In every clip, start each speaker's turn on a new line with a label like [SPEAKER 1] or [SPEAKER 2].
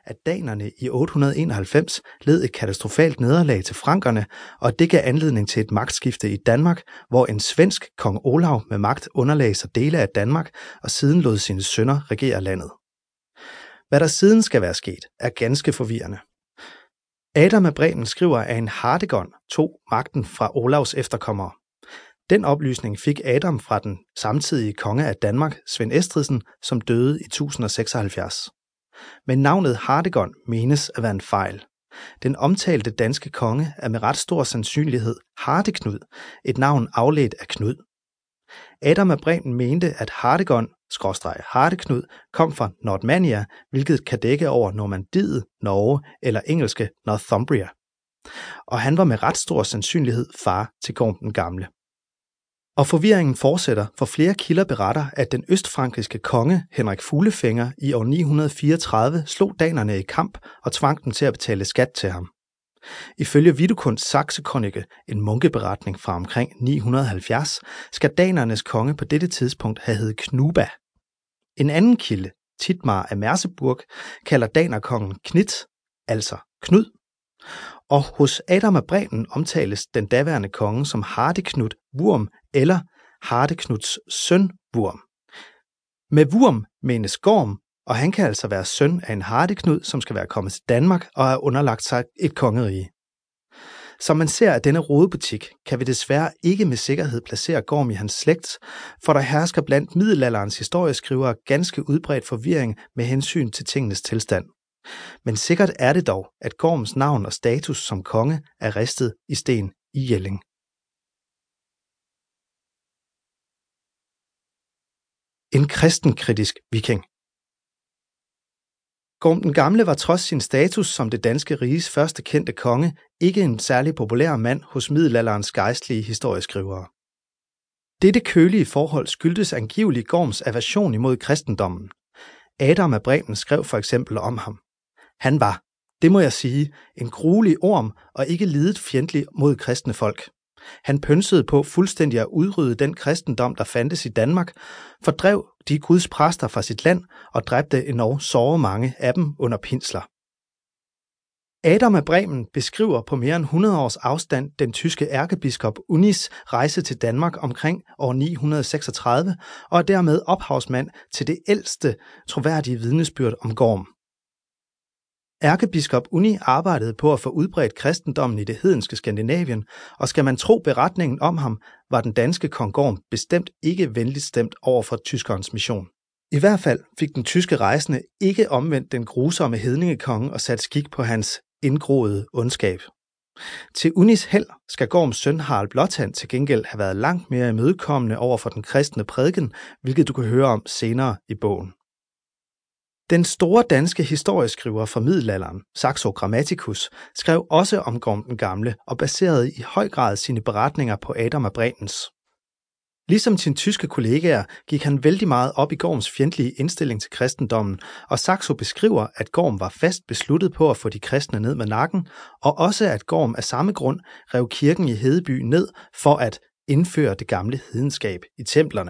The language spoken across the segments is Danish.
[SPEAKER 1] at danerne i 891 led et katastrofalt nederlag til frankerne, og det gav anledning til et magtskifte i Danmark, hvor en svensk kong Olav med magt underlagde sig dele af Danmark og siden lod sine sønner regere landet. Hvad der siden skal være sket, er ganske forvirrende. Adam af Bremen skriver, at en Hardegon tog magten fra Olavs efterkommere. Den oplysning fik Adam fra den samtidige konge af Danmark, Svend Estridsen, som døde i 1076. Men navnet Hardegon menes at være en fejl. Den omtalte danske konge er med ret stor sandsynlighed Hardeknud, et navn afledt af Knud. Adam af Bremen mente, at Hardegon/Hardeknud kom fra Nordmania, hvilket kan dække over Normandiet, Norge eller engelske Northumbria. Og han var med ret stor sandsynlighed far til Gorm den Gamle. Og forvirringen fortsætter, for flere kilder beretter, at den østfrankiske konge Henrik Fuglefænger i år 934 slog danerne i kamp og tvang dem til at betale skat til ham. Ifølge Widukunds Saxe-krønike, en munkeberetning fra omkring 970, skal danernes konge på dette tidspunkt have heddet Knuba. En anden kilde, Titmar af Merseburg, kalder danerkongen Knit, altså Knud. Og hos Adam af Bremen omtales den daværende konge som Hardeknud Wurm eller Hardeknuds søn Wurm. Med Wurm menes Gorm, og han kan altså være søn af en Hardeknud, som skal være kommet til Danmark og have underlagt sig et kongerige. Som man ser af denne rodebutik, kan vi desværre ikke med sikkerhed placere Gorm i hans slægt, for der hersker blandt middelalderens historieskrivere ganske udbredt forvirring med hensyn til tingenes tilstand. Men sikkert er det dog, at Gorms navn og status som konge er ristet i sten i Jelling. En kristenkritisk viking. Gorm den Gamle var trods sin status som det danske riges første kendte konge ikke en særlig populær mand hos middelalderens gejstlige historieskrivere. Dette kølige forhold skyldtes angiveligt Gorms aversion imod kristendommen. Adam af Bremen skrev for eksempel om ham: Han var, det må jeg sige, en gruelig orm og ikke lidet fjendtlig mod kristne folk. Han pønsede på fuldstændig at udrydde den kristendom, der fandtes i Danmark, fordrev de Guds præster fra sit land og dræbte endog såre mange af dem under pinsler. Adam af Bremen beskriver på mere end 100 års afstand den tyske ærkebiskop Unis rejse til Danmark omkring år 936 og er dermed ophavsmand til det ældste troværdige vidnesbyrd om Gorm. Ærkebiskop Uni arbejdede på at få udbredt kristendommen i det hedenske Skandinavien, og skal man tro beretningen om ham, var den danske kong Gorm bestemt ikke venligt stemt over for tyskerens mission. I hvert fald fik den tyske rejsende ikke omvendt den grusomme hedningekonge og sat skik på hans indgroede ondskab. Til Unis held skal Gorms søn Harald Blåtand til gengæld have været langt mere imødekommende over for den kristne prædiken, hvilket du kan høre om senere i bogen. Den store danske historieskriver fra middelalderen, Saxo Grammaticus, skrev også om Gorm den Gamle og baserede i høj grad sine beretninger på Adam af Bremens. Ligesom sine tyske kollegaer gik han vældig meget op i Gorms fjendtlige indstilling til kristendommen, og Saxo beskriver, at Gorm var fast besluttet på at få de kristne ned med nakken, og også at Gorm af samme grund rev kirken i Hedeby ned for at indføre det gamle hedenskab i templerne.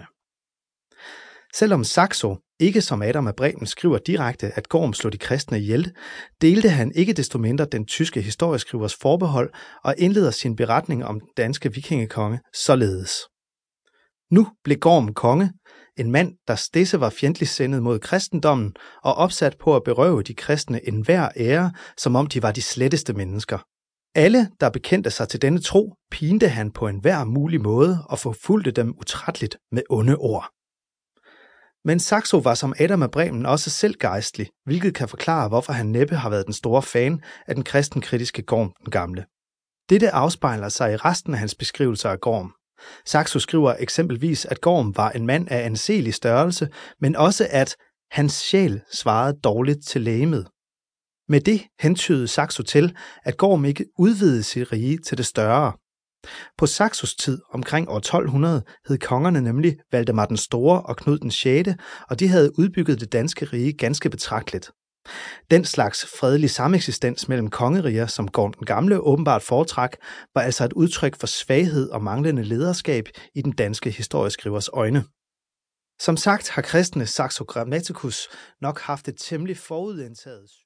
[SPEAKER 1] Selvom Saxo ikke som Adam af Bremen skriver direkte, at Gorm slog de kristne ihjel, delte han ikke desto mindre den tyske historieskrivers forbehold og indleder sin beretning om den danske vikingekonge således. Nu blev Gorm konge, en mand, der stedse var fjendtligt sindet mod kristendommen og opsat på at berøve de kristne enhver ære, som om de var de sletteste mennesker. Alle, der bekendte sig til denne tro, pinte han på enhver mulig måde og forfulgte dem utrætteligt med onde ord. Men Saxo var som Adam af Bremen også selv gejstlig, hvilket kan forklare, hvorfor han næppe har været den store fan af den kristenkritiske Gorm den Gamle. Dette afspejler sig i resten af hans beskrivelser af Gorm. Saxo skriver eksempelvis, at Gorm var en mand af anselig størrelse, men også at hans sjæl svarede dårligt til legemet. Med det hentydede Saxo til, at Gorm ikke udvidede sit rige til det større. På Saxos tid, omkring år 1200, hed kongerne nemlig Valdemar den Store og Knud den 6., og de havde udbygget det danske rige ganske betragteligt. Den slags fredelig sameksistens mellem kongeriger, som Gorm den Gamle åbenbart foretrak, var altså et udtryk for svaghed og manglende lederskab i den danske historieskrivers øjne. Som sagt har kristne Saxo Grammaticus nok haft et temmelig forudindtaget